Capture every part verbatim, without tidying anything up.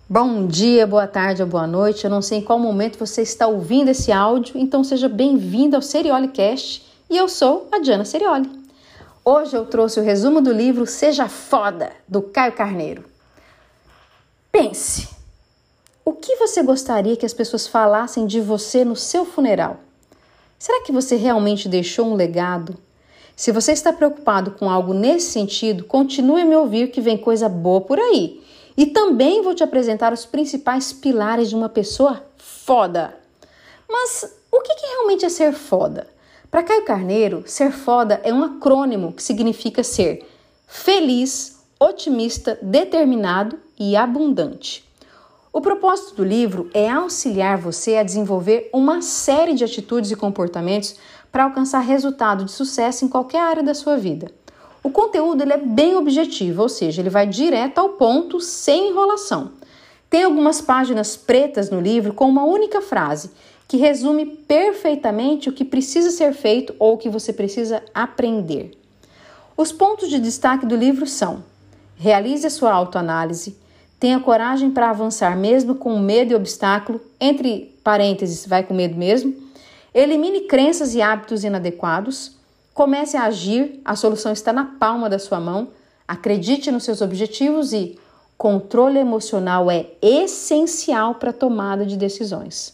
Bom dia, boa tarde ou boa noite. Eu não sei em qual momento você está ouvindo esse áudio, então seja bem-vindo ao SerioleCast e eu sou a Diana Serioli. Hoje eu trouxe o resumo do livro Seja Foda, do Caio Carneiro. Pense, o que você gostaria que as pessoas falassem de você no seu funeral? Será que você realmente deixou um legado? Se você está preocupado com algo nesse sentido, continue a me ouvir que vem coisa boa por aí. E também vou te apresentar os principais pilares de uma pessoa foda. Mas o que que realmente é ser foda? Para Caio Carneiro, ser foda é um acrônimo que significa ser feliz, otimista, determinado e abundante. O propósito do livro é auxiliar você a desenvolver uma série de atitudes e comportamentos para alcançar resultado de sucesso em qualquer área da sua vida. O conteúdo ele é bem objetivo, ou seja, ele vai direto ao ponto, sem enrolação. Tem algumas páginas pretas no livro com uma única frase, que resume perfeitamente o que precisa ser feito ou o que você precisa aprender. Os pontos de destaque do livro são: realize a sua autoanálise, tenha coragem para avançar mesmo com medo e obstáculo, entre parênteses, vai com medo mesmo, elimine crenças e hábitos inadequados, comece a agir, a solução está na palma da sua mão, acredite nos seus objetivos e controle emocional é essencial para a tomada de decisões.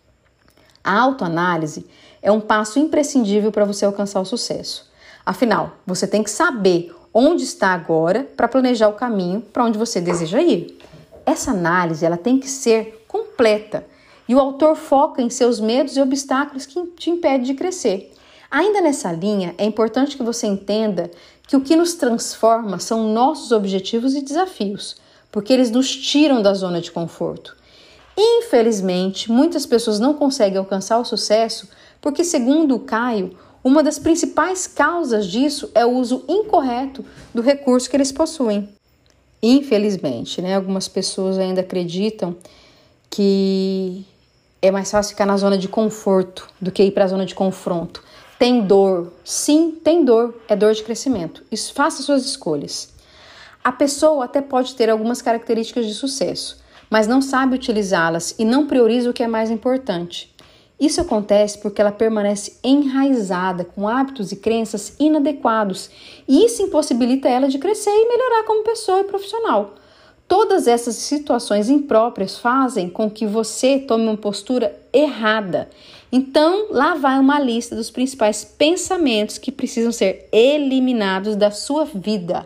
A autoanálise é um passo imprescindível para você alcançar o sucesso. Afinal, você tem que saber onde está agora para planejar o caminho para onde você deseja ir. Essa análise ela tem que ser completa e o autor foca em seus medos e obstáculos que te impedem de crescer. Ainda nessa linha, é importante que você entenda que o que nos transforma são nossos objetivos e desafios, porque eles nos tiram da zona de conforto. Infelizmente, muitas pessoas não conseguem alcançar o sucesso porque, segundo o Caio, uma das principais causas disso é o uso incorreto do recurso que eles possuem. Infelizmente, né, algumas pessoas ainda acreditam que é mais fácil ficar na zona de conforto do que ir para a zona de confronto. Tem dor, sim, tem dor, é dor de crescimento. Isso, faça suas escolhas. A pessoa até pode ter algumas características de sucesso, mas não sabe utilizá-las e não prioriza o que é mais importante. Isso acontece porque ela permanece enraizada com hábitos e crenças inadequados e isso impossibilita ela de crescer e melhorar como pessoa e profissional. Todas essas situações impróprias fazem com que você tome uma postura errada. Então, lá vai uma lista dos principais pensamentos que precisam ser eliminados da sua vida.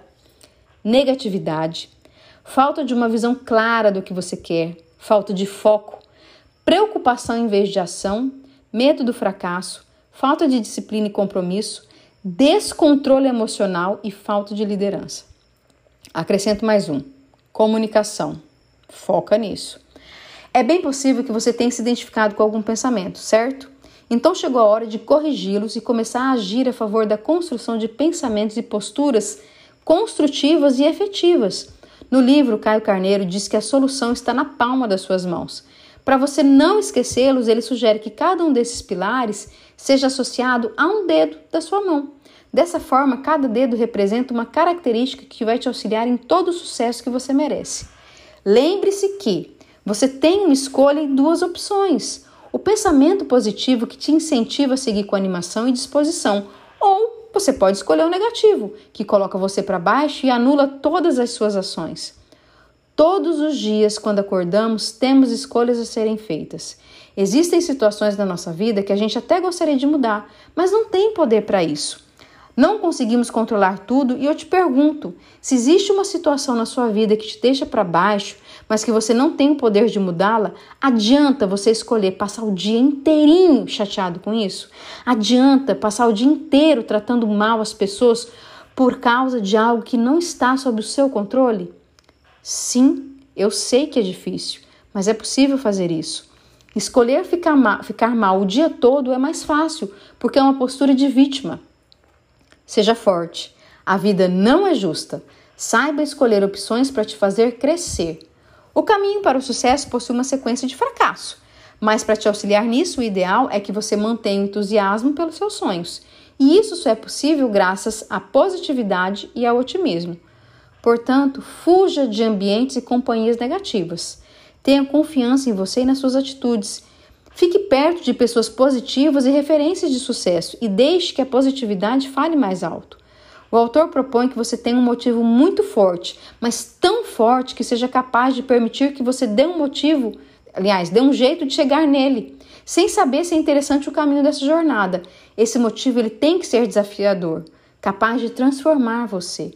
Negatividade, falta de uma visão clara do que você quer, falta de foco, preocupação em vez de ação, medo do fracasso, falta de disciplina e compromisso, descontrole emocional e falta de liderança. Acrescento mais um, comunicação. Foca nisso. É bem possível que você tenha se identificado com algum pensamento, certo? Então chegou a hora de corrigi-los e começar a agir a favor da construção de pensamentos e posturas construtivas e efetivas. No livro, Caio Carneiro diz que a solução está na palma das suas mãos. Para você não esquecê-los, ele sugere que cada um desses pilares seja associado a um dedo da sua mão. Dessa forma, cada dedo representa uma característica que vai te auxiliar em todo o sucesso que você merece. Lembre-se que você tem uma escolha em duas opções. O pensamento positivo que te incentiva a seguir com animação e disposição. Ou você pode escolher o negativo, que coloca você para baixo e anula todas as suas ações. Todos os dias, quando acordamos, temos escolhas a serem feitas. Existem situações na nossa vida que a gente até gostaria de mudar, mas não tem poder para isso. Não conseguimos controlar tudo e eu te pergunto, se existe uma situação na sua vida que te deixa para baixo, mas que você não tem o poder de mudá-la, adianta você escolher passar o dia inteirinho chateado com isso? Adianta passar o dia inteiro tratando mal as pessoas por causa de algo que não está sob o seu controle? Sim, eu sei que é difícil, mas é possível fazer isso. Escolher ficar mal, ficar mal o dia todo é mais fácil, porque é uma postura de vítima. Seja forte. A vida não é justa. Saiba escolher opções para te fazer crescer. O caminho para o sucesso possui uma sequência de fracasso, mas para te auxiliar nisso, o ideal é que você mantenha o entusiasmo pelos seus sonhos. E isso só é possível graças à positividade e ao otimismo. Portanto, fuja de ambientes e companhias negativas. Tenha confiança em você e nas suas atitudes. Fique perto de pessoas positivas e referências de sucesso e deixe que a positividade fale mais alto. O autor propõe que você tenha um motivo muito forte, mas tão forte que seja capaz de permitir que você dê um motivo, aliás, dê um jeito de chegar nele, sem saber se é interessante o caminho dessa jornada. Esse motivo ele tem que ser desafiador, capaz de transformar você.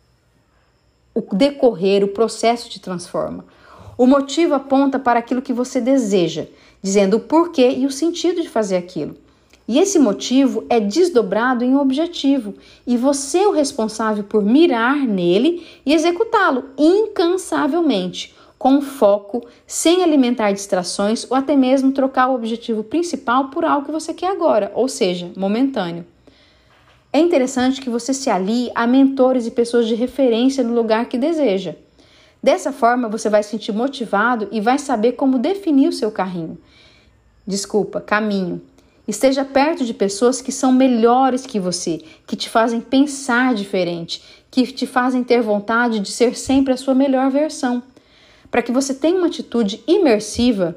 O decorrer, o processo te transforma. O motivo aponta para aquilo que você deseja, dizendo o porquê e o sentido de fazer aquilo. E esse motivo é desdobrado em um objetivo, e você é o responsável por mirar nele e executá-lo incansavelmente, com foco, sem alimentar distrações ou até mesmo trocar o objetivo principal por algo que você quer agora, ou seja, momentâneo. É interessante que você se alie a mentores e pessoas de referência no lugar que deseja. Dessa forma, você vai se sentir motivado e vai saber como definir o seu carrinho. Desculpa, caminho. Esteja perto de pessoas que são melhores que você, que te fazem pensar diferente, que te fazem ter vontade de ser sempre a sua melhor versão. Para que você tenha uma atitude imersiva,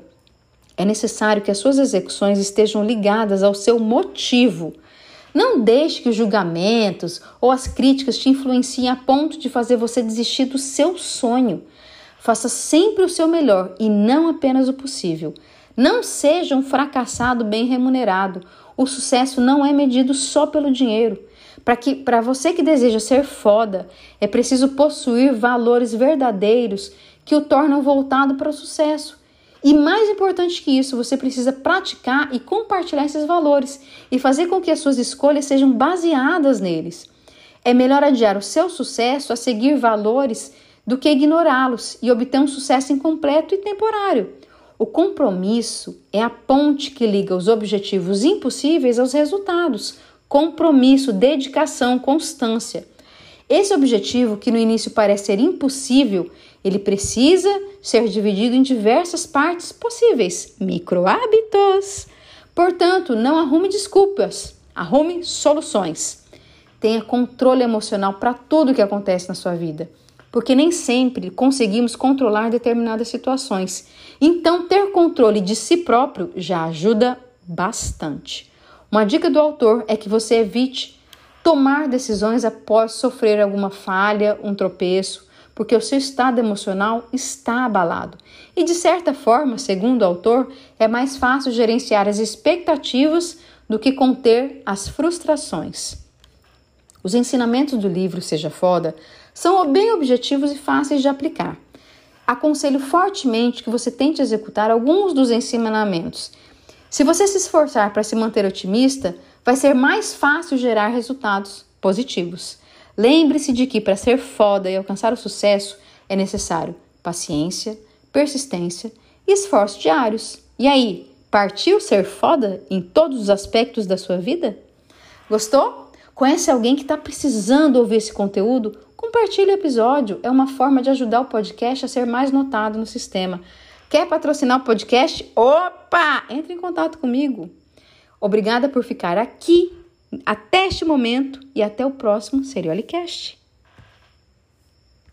é necessário que as suas execuções estejam ligadas ao seu motivo. Não deixe que os julgamentos ou as críticas te influenciem a ponto de fazer você desistir do seu sonho. Faça sempre o seu melhor e não apenas o possível. Não seja um fracassado bem remunerado. O sucesso não é medido só pelo dinheiro. Para que, para você que deseja ser foda, é preciso possuir valores verdadeiros que o tornam voltado para o sucesso. E mais importante que isso, você precisa praticar e compartilhar esses valores e fazer com que as suas escolhas sejam baseadas neles. É melhor adiar o seu sucesso a seguir valores do que ignorá-los e obter um sucesso incompleto e temporário. O compromisso é a ponte que liga os objetivos impossíveis aos resultados. Compromisso, dedicação, constância. Esse objetivo, que no início parece ser impossível, ele precisa ser dividido em diversas partes possíveis, micro-hábitos. Portanto, não arrume desculpas, arrume soluções. Tenha controle emocional para tudo que acontece na sua vida, porque nem sempre conseguimos controlar determinadas situações. Então, ter controle de si próprio já ajuda bastante. Uma dica do autor é que você evite tomar decisões após sofrer alguma falha, um tropeço, porque o seu estado emocional está abalado. E, de certa forma, segundo o autor, é mais fácil gerenciar as expectativas do que conter as frustrações. Os ensinamentos do livro Seja Foda são bem objetivos e fáceis de aplicar. Aconselho fortemente que você tente executar alguns dos ensinamentos. Se você se esforçar para se manter otimista, vai ser mais fácil gerar resultados positivos. Lembre-se de que para ser foda e alcançar o sucesso é necessário paciência, persistência e esforços diários. E aí, partiu ser foda em todos os aspectos da sua vida? Gostou? Conhece alguém que está precisando ouvir esse conteúdo? Compartilhe o episódio, é uma forma de ajudar o podcast a ser mais notado no sistema. Quer patrocinar o podcast? Opa! Entre em contato comigo. Obrigada por ficar aqui até este momento e até o próximo Seriolicast.